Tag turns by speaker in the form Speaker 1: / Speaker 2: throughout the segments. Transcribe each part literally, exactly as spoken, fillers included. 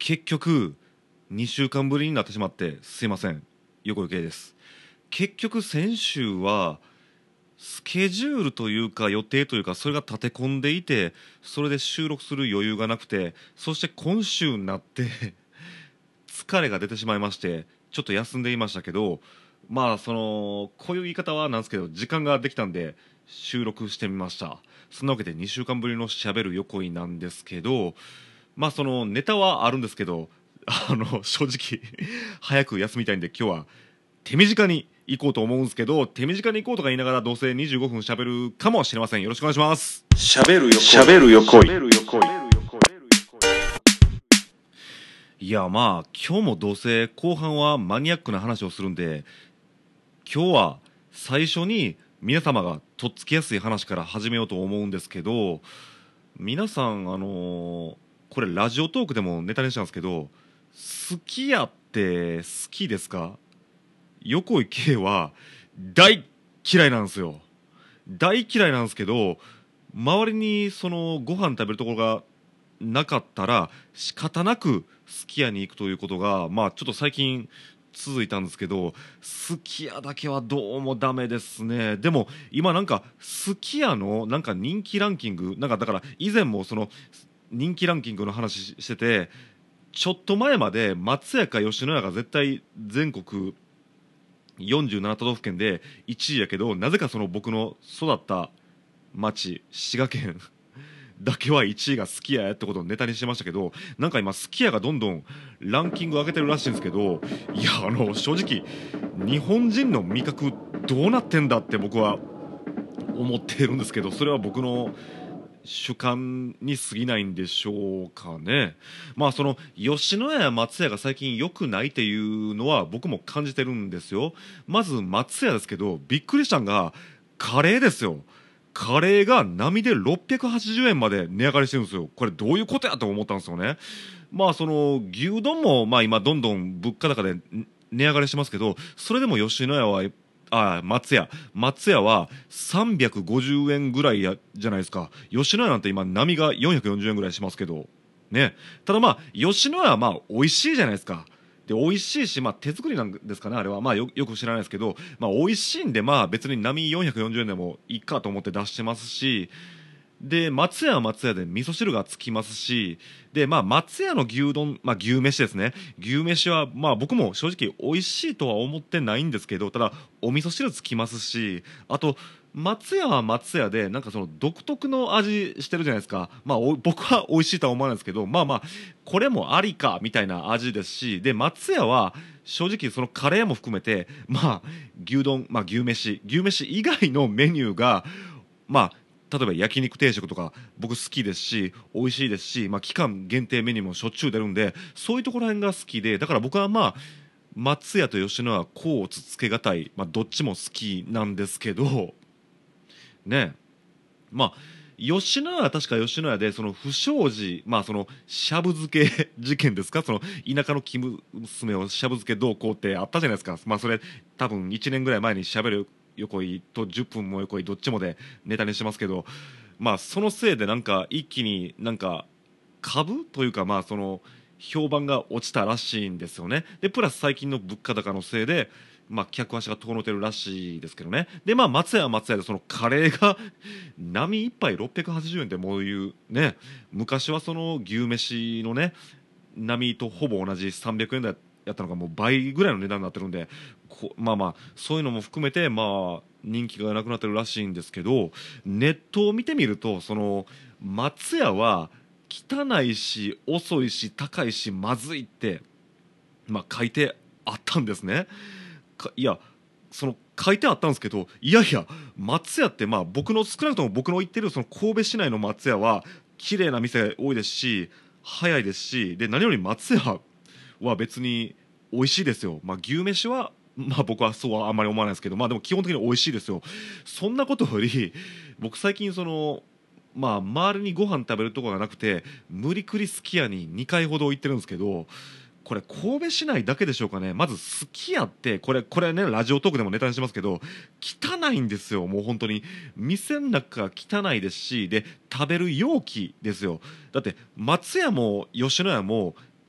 Speaker 1: 結局にしゅうかんぶりになってしまってすいません。横井圭です。結局先週はスケジュールというか予定というかそれが立て込んでいて、それで収録する余裕がなくて、そして今週になって疲れが出てしまいまして、ちょっと休んでいましたけど、まあそのこういう言い方はなんですけど、時間ができたんで収録してみました。そんなわけでにしゅうかんぶりのしゃべる横井なんですけど、まあそのネタはあるんですけど、あの正直早く休みたいんで今日は手短に行こうと思うんですけど、手短に行こうとか言いながらどうせにじゅうごふんしゃべるかもしれません。よろしくお願いします。
Speaker 2: しゃべるよ
Speaker 3: しゃべるよこい。
Speaker 1: いやまあ今日もどうせ後半はマニアックな話をするんで、今日は最初に皆様がとっつきやすい話から始めようと思うんですけど、皆さんあのーこれラジオトークでもネタにしたんですけど、好きやって好きですか？横井圭は大嫌いなんですよ。大嫌いなんですけど、周りにそのご飯食べるところがなかったら仕方なくすき家に行くということがまあちょっと最近続いたんですけど、すき家だけはどうもダメですね。でも今なんかすき家のなんか人気ランキング、なんかだから以前もその人気ランキングの話してて、ちょっと前まで松屋か吉野家が絶対全国よんじゅうなな都道府県でいちいやけど、なぜかその僕の育った町滋賀県だけはいちいがすき家やってことをネタにしてましたけど、なんか今すき家がどんどんランキング上げてるらしいんですけど、いやあの正直日本人の味覚どうなってんだって僕は思ってるんですけど、それは僕の主観に過ぎないんでしょうかね。まあその吉野家や松屋が最近良くないっていうのは僕も感じてるんですよ。まず松屋ですけど、びっくりしたんがカレーですよ。カレーが並でろっぴゃくはちじゅうえんまで値上がりしてるんですよ。これどういうことやと思ったんですよね。まあその牛丼もまあ今どんどん物価高で値上がりしてますけど、それでも吉野家はあ松屋松屋はさんびゃくごじゅうえんぐらいやじゃないですか。吉野家なんて今並がよんひゃくよんじゅうえんぐらいしますけどね。ただまあ吉野家はまあ美味しいじゃないですか。で美味しいし、まあ、手作りなんですかね、あれは。まあよ、よく知らないですけど、まあ、美味しいんで、まあ、別に並よんひゃくよんじゅうえんでもいいかと思って出してますし、で松屋は松屋で味噌汁がつきますし、で、まあ、松屋の牛丼、まあ、牛飯ですね。牛飯は、まあ、僕も正直美味しいとは思ってないんですけど、ただお味噌汁つきますし、あと松屋は松屋でなんかその独特の味してるじゃないですか。まあお僕は美味しいとは思わないですけど、まあまあこれもありかみたいな味ですし、で松屋は正直そのカレーも含めて、まあ牛丼、まあ牛飯牛飯以外のメニューがまあ例えば焼肉定食とか僕好きですし美味しいですし、まあ、期間限定メニューもしょっちゅう出るんで、そういうところら辺が好きで、だから僕はまあ松屋と吉野家甲乙つけがたい、まあ、どっちも好きなんですけどね。まあ吉野家は確か吉野家でその不祥事、まあそのしゃぶ漬け事件ですか、その田舎の生娘をしゃぶ漬けどうこうってあったじゃないですか。まあそれ多分いちねんぐらい前にしゃべる横井とじゅっぷんも横井どっちもでネタにしてますけど、まあそのせいでなんか一気になんか株というか、まあその評判が落ちたらしいんですよね。でプラス最近の物価高のせいでまあ客足が遠のてるらしいですけどね。でまあ松屋は松屋でそのカレーが並一杯ろっぴゃくはちじゅうえんってもういうね、昔はその牛飯のね並とほぼ同じさんびゃくえんだやったのがもう倍ぐらいの値段になってるんで、こまあまあそういうのも含めてまあ人気がなくなってるらしいんですけど、ネットを見てみるとその松屋は汚いし遅いし高いしまずいってまあ書いてあったんですね。かいやその書いてあったんですけど、いやいや松屋ってまあ僕の少なくとも僕の行ってるその神戸市内の松屋は綺麗な店多いですし早いですし、で何より松屋は別に美味しいですよ。まあ牛飯はまあ僕はそうはあんまり思わないですけど、まあでも基本的に美味しいですよ。そんなことより僕最近そのまあ周りにご飯食べるところがなくて無理くりすき家ににかいほど行ってるんですけど、これ神戸市内だけでしょうかね。まずすき家ってこれこれねラジオトークでもネタにしてますけど汚いんですよ。もう本当に店の中が汚いですし、で食べる容器ですよ。だって松屋も吉野家も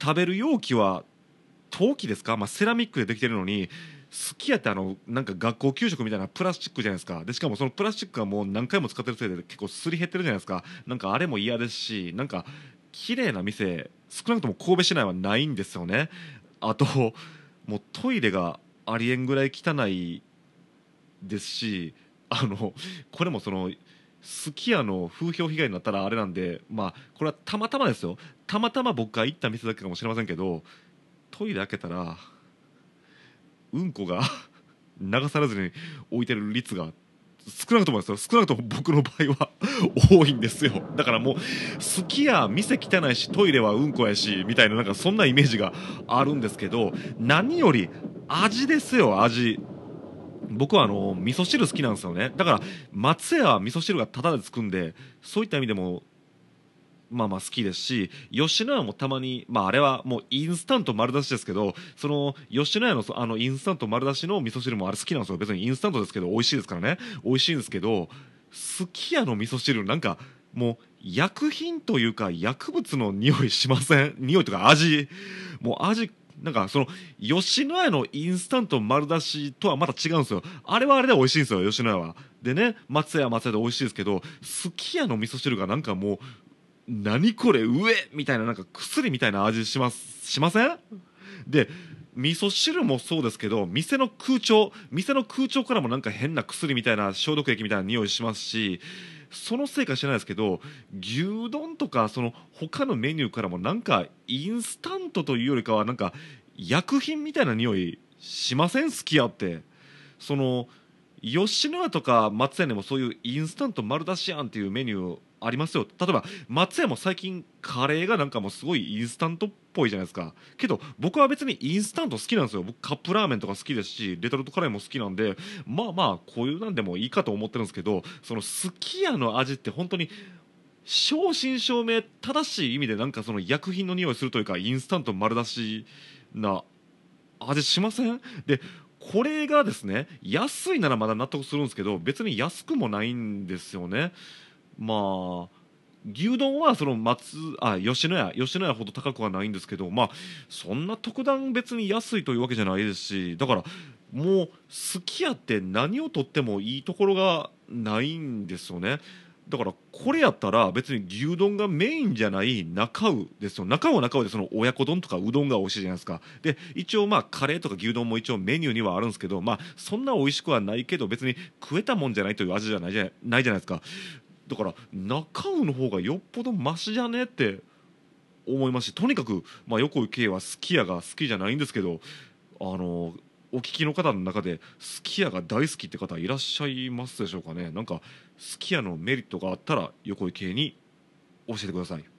Speaker 1: 食べる容器は陶器ですか、まあ、セラミックでできてるのに、すき家ってあのなんか学校給食みたいなプラスチックじゃないですか。でしかもそのプラスチックがもう何回も使ってるせいで結構すり減ってるじゃないですか。なんかあれも嫌ですし、なんか綺麗な店少なくとも神戸市内はないんですよね。あともうトイレがありえんぐらい汚いですし、あのこれもそのすき家の風評被害になったらあれなんで、まあこれはたまたまですよ、たまたま僕が行った店だけかもしれませんけど、トイレ開けたらうんこが流されずに置いてる率が少なくともですよ、少なくとも僕の場合は多いんですよ。だからもうすき家店汚いしトイレはうんこやしみたいな、なんかそんなイメージがあるんですけど、何より味ですよ、味。僕はあの味噌汁好きなんですよね。だから松屋は味噌汁がタダでつくんで、そういった意味でもまあまあ好きですし、吉野家もたまに、まああれはもうインスタント丸出しですけど、その吉野家のそあのインスタント丸出しの味噌汁もあれ好きなんですよ。別にインスタントですけど美味しいですからね、美味しいんですけど、すき家の味噌汁なんかもう薬品というか薬物の匂いしません？匂いとか味、もう味なんかその吉野家のインスタント丸出しとはまた違うんですよ。あれはあれで美味しいんですよ、吉野家は。でね、松屋は松屋で美味しいですけど、すき家の味噌汁がなんかもう何これ上みたいな、なんか薬みたいな味しますしません？で味噌汁もそうですけど、店の空調店の空調からもなんか変な薬みたいな消毒液みたいな匂いしますし、そのせいか知らないですけど、牛丼とかその他のメニューからもなんかインスタントというよりかはなんか薬品みたいな匂いしません？すき家って。その吉野家とか松屋にもそういうインスタント丸出しやんっていうメニューありますよ。例えば松屋も最近カレーがなんかもうすごいインスタントっぽいじゃないですか。けど僕は別にインスタント好きなんですよ。僕カップラーメンとか好きですし、レトルトカレーも好きなんで、まあまあこういうなんでもいいかと思ってるんですけど、そのすき家の味って本当に正真正銘正しい意味でなんかその薬品の匂いするというか、インスタント丸出しな味しません？でこれがですね、安いならまだ納得するんですけど、別に安くもないんですよね。まあ牛丼はその松あ吉野家吉野家ほど高くはないんですけど、まあそんな特段別に安いというわけじゃないですし、だからもうすき家って何をとってもいいところがないんですよね。だからこれやったら別に牛丼がメインじゃない中尾ですよ。中尾は中尾でその親子丼とかうどんが美味しいじゃないですか。で一応まあカレーとか牛丼も一応メニューにはあるんですけど、まあそんな美味しくはないけど別に食えたもんじゃないという味じゃないじゃないじゃないですか。だから中尾の方がよっぽどマシじゃねって思いますし、とにかく、まあ、横井圭はすき家が好きじゃないんですけど、あのお聞きの方の中ですき家が大好きって方いらっしゃいますでしょうかね。なんかすき家のメリットがあったら横井圭に教えてください。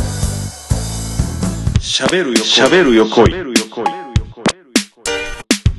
Speaker 2: しゃべるよ恋。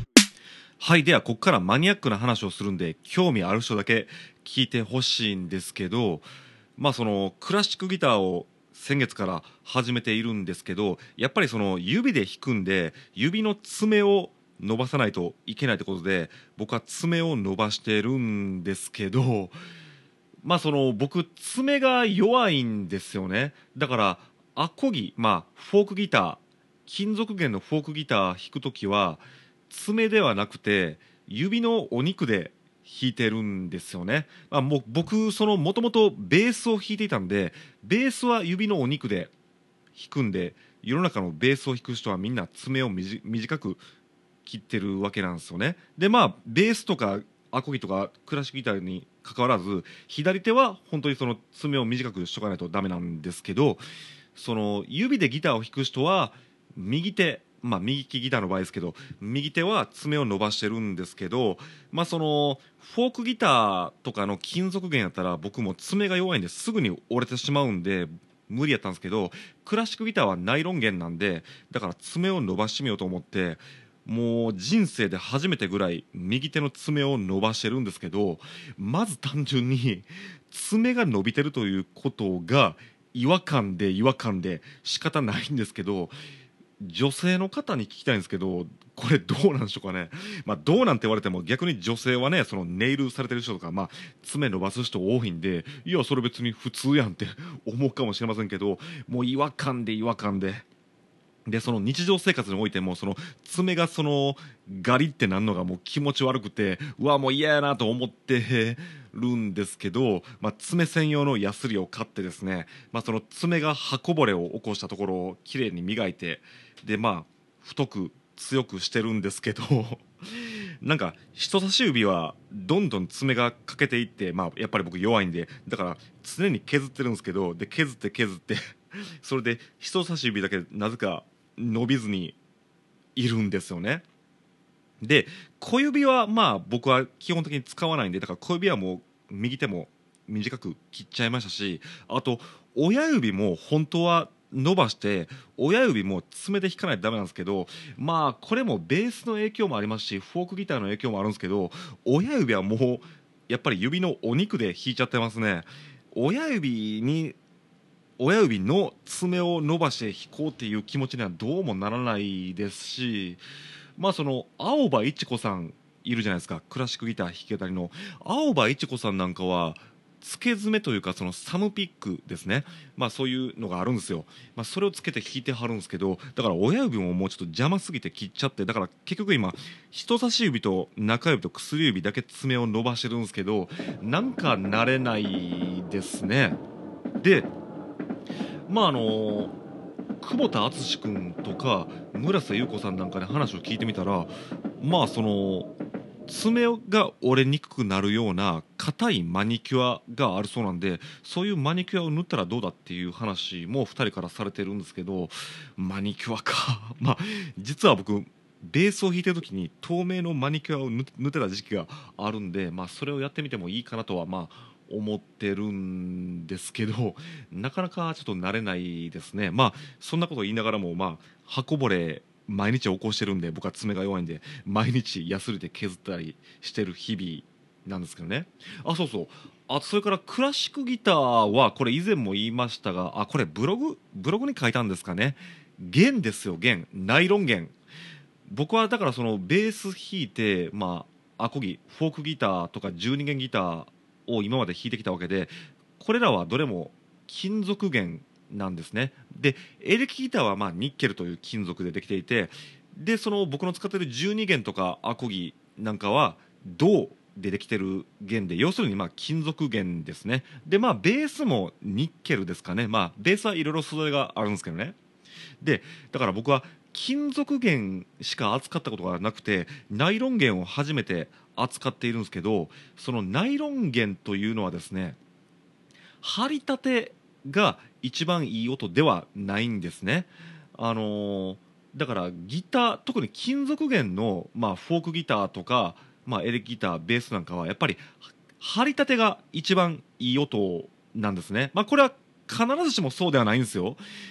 Speaker 1: はい、ではここからマニアックな話をするんで興味ある人だけ聞いてほしいんですけど、まあそのクラシックギターを先月から始めているんですけど、やっぱりその指で弾くんで指の爪を伸ばさないといけないってことで、僕は爪を伸ばしてるんですけど、まあその僕爪が弱いんですよね。だからアコギ、まあフォークギター、金属弦のフォークギター弾くときは爪ではなくて指のお肉で弾いてるんですよね。まあ、もう僕そのもともとベースを弾いていたんで、ベースは指のお肉で弾くんで、世の中のベースを弾く人はみんな爪をみじ短く切ってるわけなんですよね。でまあベースとかアコギとかクラシックギターに関わらず左手は本当にその爪を短くしとかないとダメなんですけど、その指でギターを弾く人は右手、まあ右利きギターの場合ですけど右手は爪を伸ばしてるんですけど、まあそのフォークギターとかの金属弦やったら僕も爪が弱いんですぐに折れてしまうんで無理やったんですけど、クラシックギターはナイロン弦なんで、だから爪を伸ばしてみようと思ってもう人生で初めてぐらい右手の爪を伸ばしてるんですけど、まず単純に爪が伸びてるということが違和感で違和感で仕方ないんですけど、女性の方に聞きたいんですけど、これどうなんでしょうかね。まあどうなんて言われても逆に女性はね、そのネイルされてる人とか、まあ爪伸ばす人多いんで、いやそれ別に普通やんって思うかもしれませんけど、もう違和感で違和感で。でその日常生活においてもその爪がそのガリってなんのがもう気持ち悪くて、うわもう嫌やなと思ってるんですけど、まあ、爪専用のヤスリを買ってですね、まあ、その爪が刃こぼれを起こしたところをきれいに磨いて、でまあ太く強くしてるんですけどなんか人差し指はどんどん爪が欠けていって、まあ、やっぱり僕弱いんでだから常に削ってるんですけど、で削って削ってそれで人差し指だけなぜか伸びずにいるんですよね。で小指はまあ僕は基本的に使わないんで、だから小指はもう右手も短く切っちゃいましたし、あと親指も本当は伸ばして親指も爪で弾かないとダメなんですけど、まあこれもベースの影響もありますしフォークギターの影響もあるんですけど、親指はもうやっぱり指のお肉で弾いちゃってますね。親指に親指の爪を伸ばして弾こうっていう気持ちにはどうもならないですし、まあその青葉一子さんいるじゃないですか、クラシックギター弾き語りの青葉一子さんなんかは付け爪というかそのサムピックですね、まあそういうのがあるんですよ。まあ、それをつけて弾いてはるんですけど、だから親指ももうちょっと邪魔すぎて切っちゃって、だから結局今人差し指と中指と薬指だけ爪を伸ばしてるんですけど、なんか慣れないですね。でまああの久保田敦君とか村瀬優子さんなんかで話を聞いてみたら、まあその爪が折れにくくなるような硬いマニキュアがあるそうなんで、そういうマニキュアを塗ったらどうだっていう話もふたりからされてるんですけど、マニキュアかまあ実は僕ベースを弾いてる時に透明のマニキュアを塗塗ってた時期があるんで、まあ、それをやってみてもいいかなとはまあ思ってるんですけど、なかなかちょっと慣れないですね。まあそんなこと言いながらも、まあ刃こぼれ毎日起こしてるんで、僕は爪が弱いんで毎日ヤスリで削ったりしてる日々なんですけどね。あ、そうそう、あとそれからクラシックギターはこれ以前も言いましたが、あこれブログブログに書いたんですかね。弦ですよ、弦、ナイロン弦。僕はだからそのベース弾いて、まあアコギフォークギターとかじゅうに弦ギターを今まで弾いてきたわけで、これらはどれも金属弦なんですね。でエレキギターはまあニッケルという金属でできていて、でその僕の使っているじゅうに弦とかアコギなんかは銅でできてる弦で、要するにまあ金属弦ですね。でまあベースもニッケルですかね。まあベースはいろいろ素材があるんですけどね。でだから僕は金属弦しか扱ったことがなくてナイロン弦を初めて扱っているんですけど、そのナイロン弦というのはですね、張り立てが一番いい音ではないんですね。あのーだからギター、特に金属弦の、まあ、フォークギターとか、まあ、エレキギターベースなんかはやっぱり張り立てが一番いい音なんですね。まあ、これは必ずしもそうではないんですよ。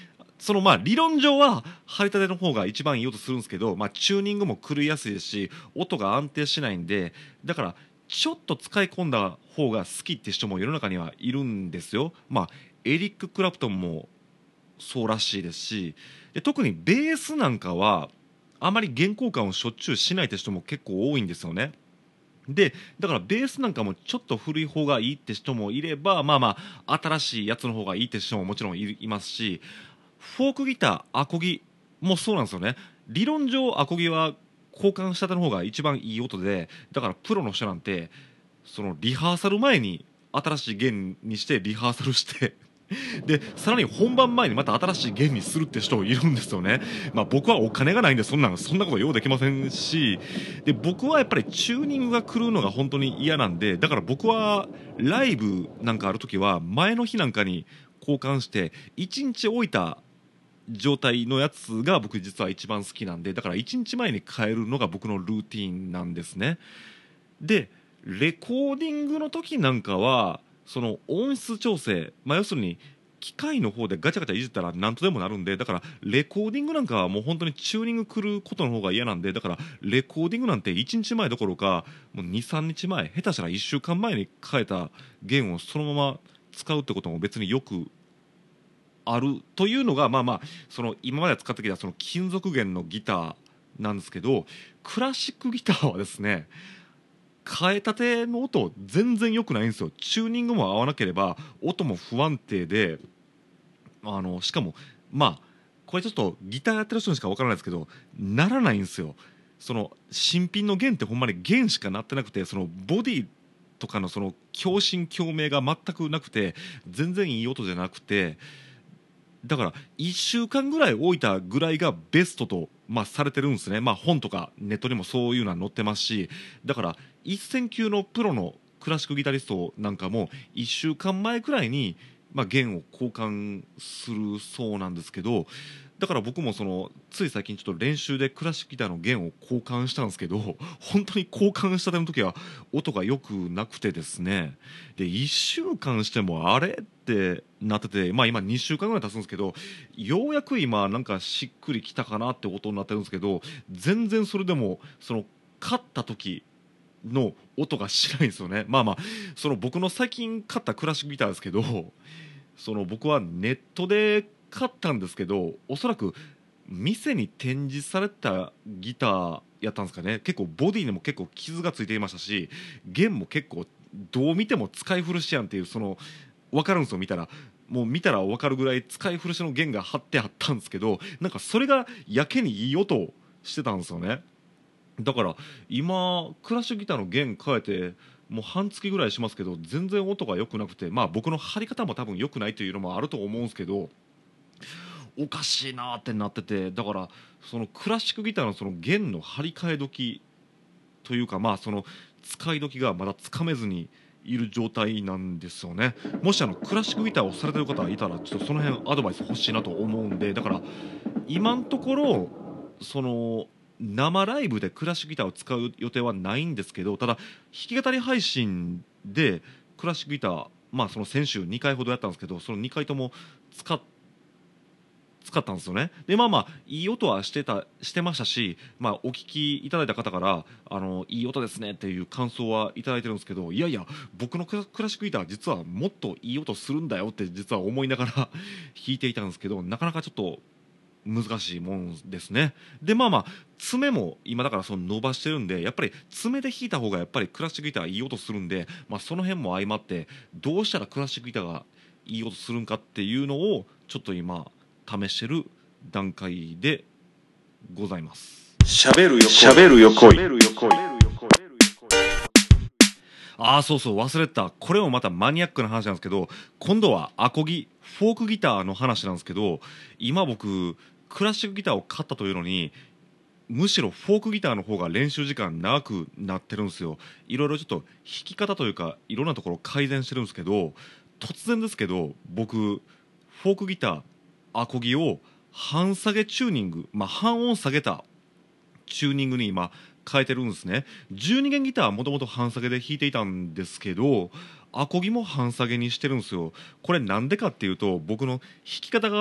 Speaker 1: そのまあ理論上は張り立ての方が一番いい音するんですけど、まあ、チューニングも狂いやすいですし音が安定しないんで、だからちょっと使い込んだ方が好きって人も世の中にはいるんですよ。まあエリック・クラプトンもそうらしいですし、で特にベースなんかはあまり弦交換をしょっちゅうしないって人も結構多いんですよね。でだからベースなんかもちょっと古い方がいいって人もいれば、まあまあ新しいやつの方がいいって人ももちろんいいますし、フォークギターアコギもそうなんですよね。理論上アコギは交換したての方が一番いい音で、だからプロの人なんてそのリハーサル前に新しい弦にしてリハーサルしてでさらに本番前にまた新しい弦にするって人いるんですよね。まあ僕はお金がないんでそんなそんなことようできませんし、で僕はやっぱりチューニングが狂うのが本当に嫌なんで、だから僕はライブなんかある時は前の日なんかに交換していちにち置いた状態のやつが僕実は一番好きなんで、だからいちにちまえに変えるのが僕のルーティンなんですね。でレコーディングの時なんかはその音質調整、まあ、要するに機械の方でガチャガチャいじったら何とでもなるんで、だからレコーディングなんかはもう本当にチューニングくることの方が嫌なんで、だからレコーディングなんていちにちまえどころかもうにさんにちまえ、下手したらいっしゅうかんまえに変えた弦をそのまま使うってことも別によくあるというのが、まあまあその今まで使ってきたその金属弦のギターなんですけど、クラシックギターはですね変えたての音全然良くないんですよ。チューニングも合わなければ音も不安定で、あのしかもまあこれちょっとギターやってる人にしか分からないですけどならないんですよ。その新品の弦ってほんまに弦しか鳴ってなくて、そのボディとかのその共振共鳴が全くなくて全然いい音じゃなくて、だからいっしゅうかんぐらい置いたぐらいがベストと、まあ、されてるんですね。まあ、本とかネットにもそういうのは載ってますし、だから一線級のプロのクラシックギタリストなんかもいっしゅうかんまえくらいに、まあ、弦を交換するそうなんですけど、だから僕もそのつい最近ちょっと練習でクラシックギターの弦を交換したんですけど、本当に交換したての時は音が良くなくてですね、でいっしゅうかんしてもあれってなってて、まあ今にしゅうかんぐらい経つんですけど、ようやく今なんかしっくりきたかなって音になってるんですけど、全然それでもその勝った時の音がしないんですよね。まあまあその僕の最近買ったクラシックギターですけど、その僕はネットで買ったんですけど、おそらく店に展示されたギターやったんですかね。結構ボディにも結構傷がついていましたし、弦も結構どう見ても使い古しやんっていう、その分かるんですよ。見たらもう見たら分かるぐらい使い古しの弦が貼ってあったんですけど、なんかそれがやけにいい音してたんですよね。だから今クラシックギターの弦変えてもう半月ぐらいしますけど全然音が良くなくて、まあ僕の張り方も多分良くないというのもあると思うんですけど、おかしいなってなってて、だからそのクラシックギターのその弦の張り替え時というか、まあその使い時がまだつかめずにいる状態なんですよね。もしあのクラシックギターをされてる方いたらちょっとその辺アドバイス欲しいなと思うんで、だから今のところその生ライブでクラシックギターを使う予定はないんですけど、ただ弾き語り配信でクラシックギター、まあその先週にかいほどやったんですけど、そのにかいとも使って使ったんですよね。でまあまあいい音はしてたしてましたし、まあ、お聞きいただいた方からあのいい音ですねっていう感想はいただいてるんですけど、いやいや僕のクラクラシックギター実はもっといい音するんだよって実は思いながら弾いていたんですけど、なかなかちょっと難しいもんですね。でまあまあ爪も今だからその伸ばしてるんで、やっぱり爪で弾いた方がやっぱりクラシックギターはいい音するんで、まあ、その辺も相まってどうしたらクラシックギターがいい音するんかっていうのをちょっと今試してる段階でございます。
Speaker 2: しゃべるよしゃべるよこい。
Speaker 1: ああそうそう忘れてた、これもまたマニアックな話なんですけど、今度はアコギフォークギターの話なんですけど、今僕クラシックギターを買ったというのにむしろフォークギターの方が練習時間長くなってるんですよ。いろいろちょっと弾き方というかいろんなところ改善してるんですけど、突然ですけど僕フォークギターアコギを半下げチューニング、まあ、半音下げたチューニングに今変えてるんですね。じゅうに弦ギターはもともと半下げで弾いていたんですけど、アコギも半下げにしてるんですよ。これなんでかっていうと僕の弾き方が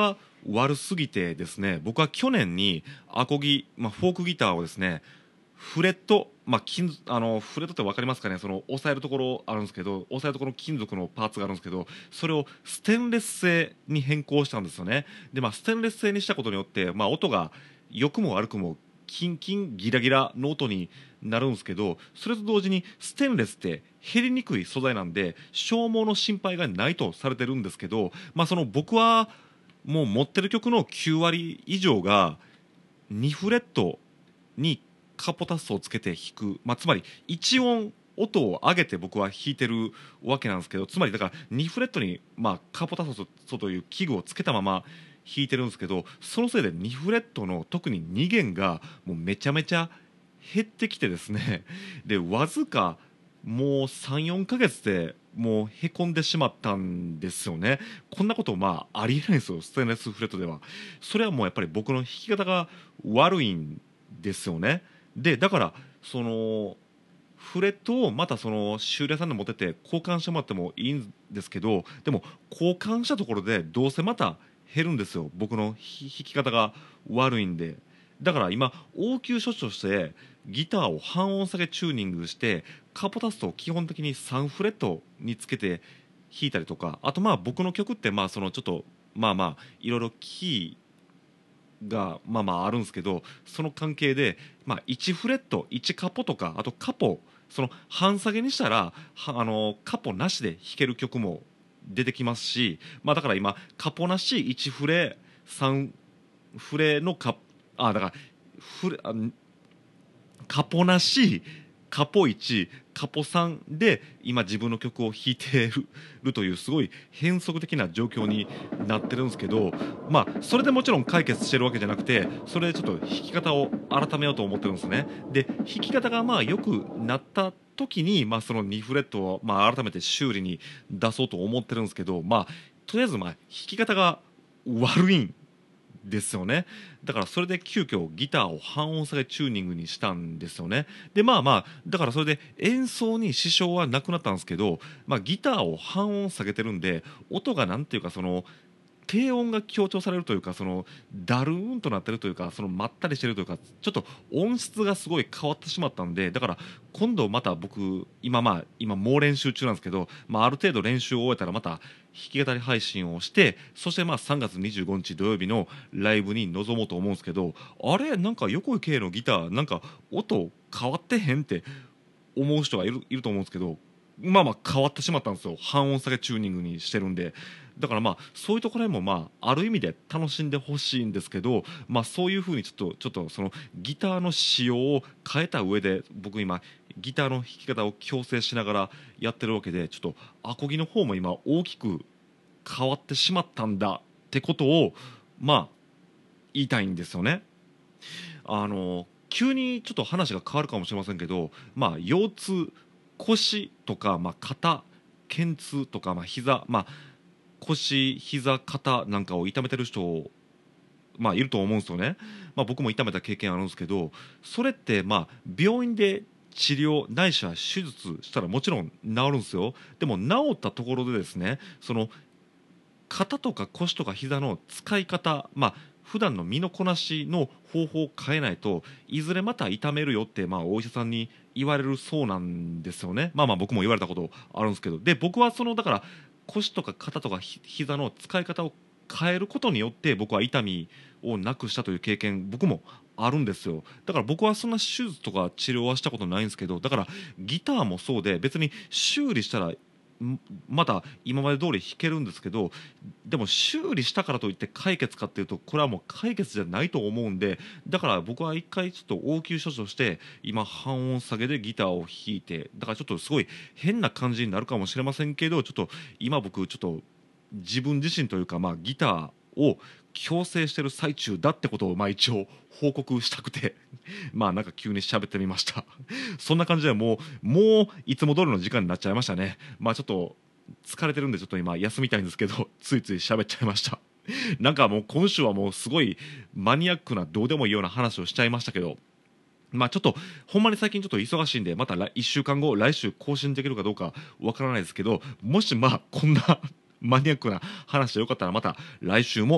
Speaker 1: 悪すぎてですね、僕は去年にアコギ、まあ、フォークギターをですね、フレット、まあ、金あのフレットって分かりますかね、その押さえるところあるんですけど、押さえるところの金属のパーツがあるんですけど、それをステンレス製に変更したんですよね。で、まあ、ステンレス製にしたことによって、まあ、音が良くも悪くもキンキンギラギラの音になるんですけど、それと同時にステンレスって減りにくい素材なんで消耗の心配がないとされてるんですけど、まあ、その僕はもう持ってる曲のきゅう割以上がにフレットにカポタスをつけて弾く、まあ、つまりいち音音を上げて僕は弾いてるわけなんですけど、つまりだからにフレットに、まあ、カポタスという器具をつけたまま弾いてるんですけど、そのせいでにフレットの特にに弦がもうめちゃめちゃ減ってきてですね、でわずかもうさん、よんかげつでもうへこんでしまったんですよね。こんなことまあありえないんですよ、ステンレスフレットでは。それはもうやっぱり僕の弾き方が悪いんですよね。でだからそのフレットをまたその修理屋さんで持ってって交換してもらってもいいんですけど、でも交換したところでどうせまた減るんですよ、僕の弾き方が悪いんで。だから今応急処置としてギターを半音下げチューニングしてカポタストを基本的にさんフレットにつけて弾いたりとか、あとまあ僕の曲ってまあそのちょっとまあまあいろいろキーがまあまああるんですけど、その関係で、まあ、いちフレットいちカポとか、あとカポその半下げにしたらはあのカポなしで弾ける曲も出てきますし、まあ、だから今カポなしいちフレさんフレのカあだからフレあカポなしカポいちカポさんで今自分の曲を弾いてるというすごい変則的な状況になってるんですけど、まあそれでもちろん解決してるわけじゃなくて、それでちょっと弾き方を改めようと思ってるんですね。で弾き方がまあ良くなった時に、まあ、そのにフレットをまあ改めて修理に出そうと思ってるんですけど、まあとりあえずまあ弾き方が悪いんですよね。だからそれで急遽ギターを半音下げチューニングにしたんですよね。でまあまあだからそれで演奏に支障はなくなったんですけど、まあ、ギターを半音下げてるんで音がなんていうかその低音が強調されるというか、そのダルーンとなってるというか、そのまったりしてるというか、ちょっと音質がすごい変わってしまったんで、だから今度また僕今まあ今猛練習中なんですけど、まあ、ある程度練習を終えたらまた弾き語り配信をして、そしてまあさんがつにじゅうごにち土曜日のライブに臨もうと思うんですけど、あれなんか横井圭のギターなんか音変わってへんって思う人がいるいると思うんですけど、まあまあ変わってしまったんですよ、半音下げチューニングにしてるんで。だからまあそういうところもまあある意味で楽しんでほしいんですけど、まあそういうふうにちょっとちょっとそのギターの仕様を変えた上で僕今ギターの弾き方を矯正しながらやってるわけで、ちょっとアコギの方も今大きく変わってしまったんだってことをまあ言いたいんですよね。あの急にちょっと話が変わるかもしれませんけど、まあ腰痛腰とか、まあ、肩肩痛とか、まあ、膝、まあ、腰膝肩なんかを痛めてる人、まあ、いると思うんですよね。まあ、僕も痛めた経験あるんですけど、それってまあ病院で治療ないしは手術したらもちろん治るんですよ。でも治ったところでですね、その肩とか腰とか膝の使い方、まあ普段の身のこなしの方法を変えないといずれまた痛めるよって、まあ、お医者さんに言われるそうなんですよね。まあまあ僕も言われたことあるんですけど、で僕はそのだから腰とか肩とかひ膝の使い方を変えることによって僕は痛みをなくしたという経験僕もあるんですよ。だから僕はそんな手術とか治療はしたことないんですけど、だからギターもそうで別に修理したらんまた今まで通り弾けるんですけど、でも修理したからといって解決かっていうとこれはもう解決じゃないと思うんで、だから僕は一回ちょっと応急処置をして今半音下げでギターを弾いて、だからちょっとすごい変な感じになるかもしれませんけど、ちょっと今僕ちょっと自分自身というか、まあ、ギターを矯正してる最中だってことをまあ一応報告したくてまあなんか急に喋ってみましたそんな感じでもうもういつも通りの時間になっちゃいましたね。まあちょっと疲れてるんでちょっと今休みたいんですけどついつい喋っちゃいましたなんかもう今週はもうすごいマニアックなどうでもいいような話をしちゃいましたけど、まあちょっとほんまに最近ちょっと忙しいんでまたいっしゅうかんご来週更新できるかどうかわからないですけど、もしまあこんなマニアックな話でよかったらまた来週も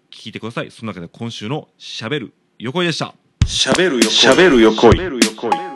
Speaker 1: 聞いてください。その中で今週のしゃべる横井でした。
Speaker 2: しゃべるよこい。しゃべるよこい。